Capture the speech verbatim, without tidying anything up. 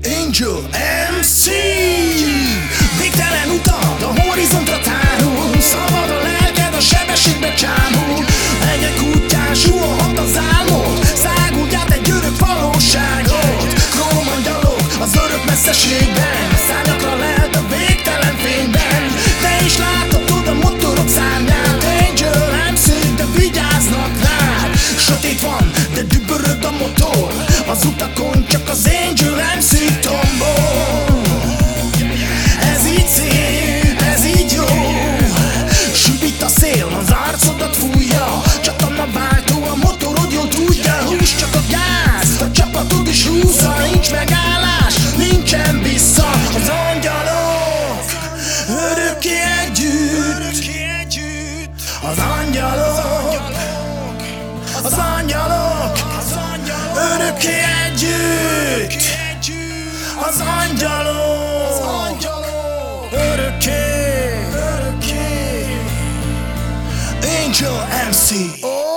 Angel em cé. Végtelen utat a horizontra tárul, szabad a lelked, a sebességbe csámul. Egyek útján suhanhat az álmod, száguld át egy örök valóságot. Krómangyalok az örök messzeségben, szárnyakra lehet a végtelen fényben. Te is láthatod a motorok szárnyát, Angel em cé, de vigyáznak rád. Sötét van, de dübörög a motor, az utakon csak az Angel em cé tombol. Ez így szép, ez így jó, süvít a szél, az arcodat fújja, csatornaváltó, a motorod jól tudja. Húzd csak a gázt, a csapatod is húzza, nincs megállás, nincsen vissza. Az angyalok örökké együtt, az angyalok, az angyalok örökké együtt, az angyalok örökké, örökké. Angel em cé.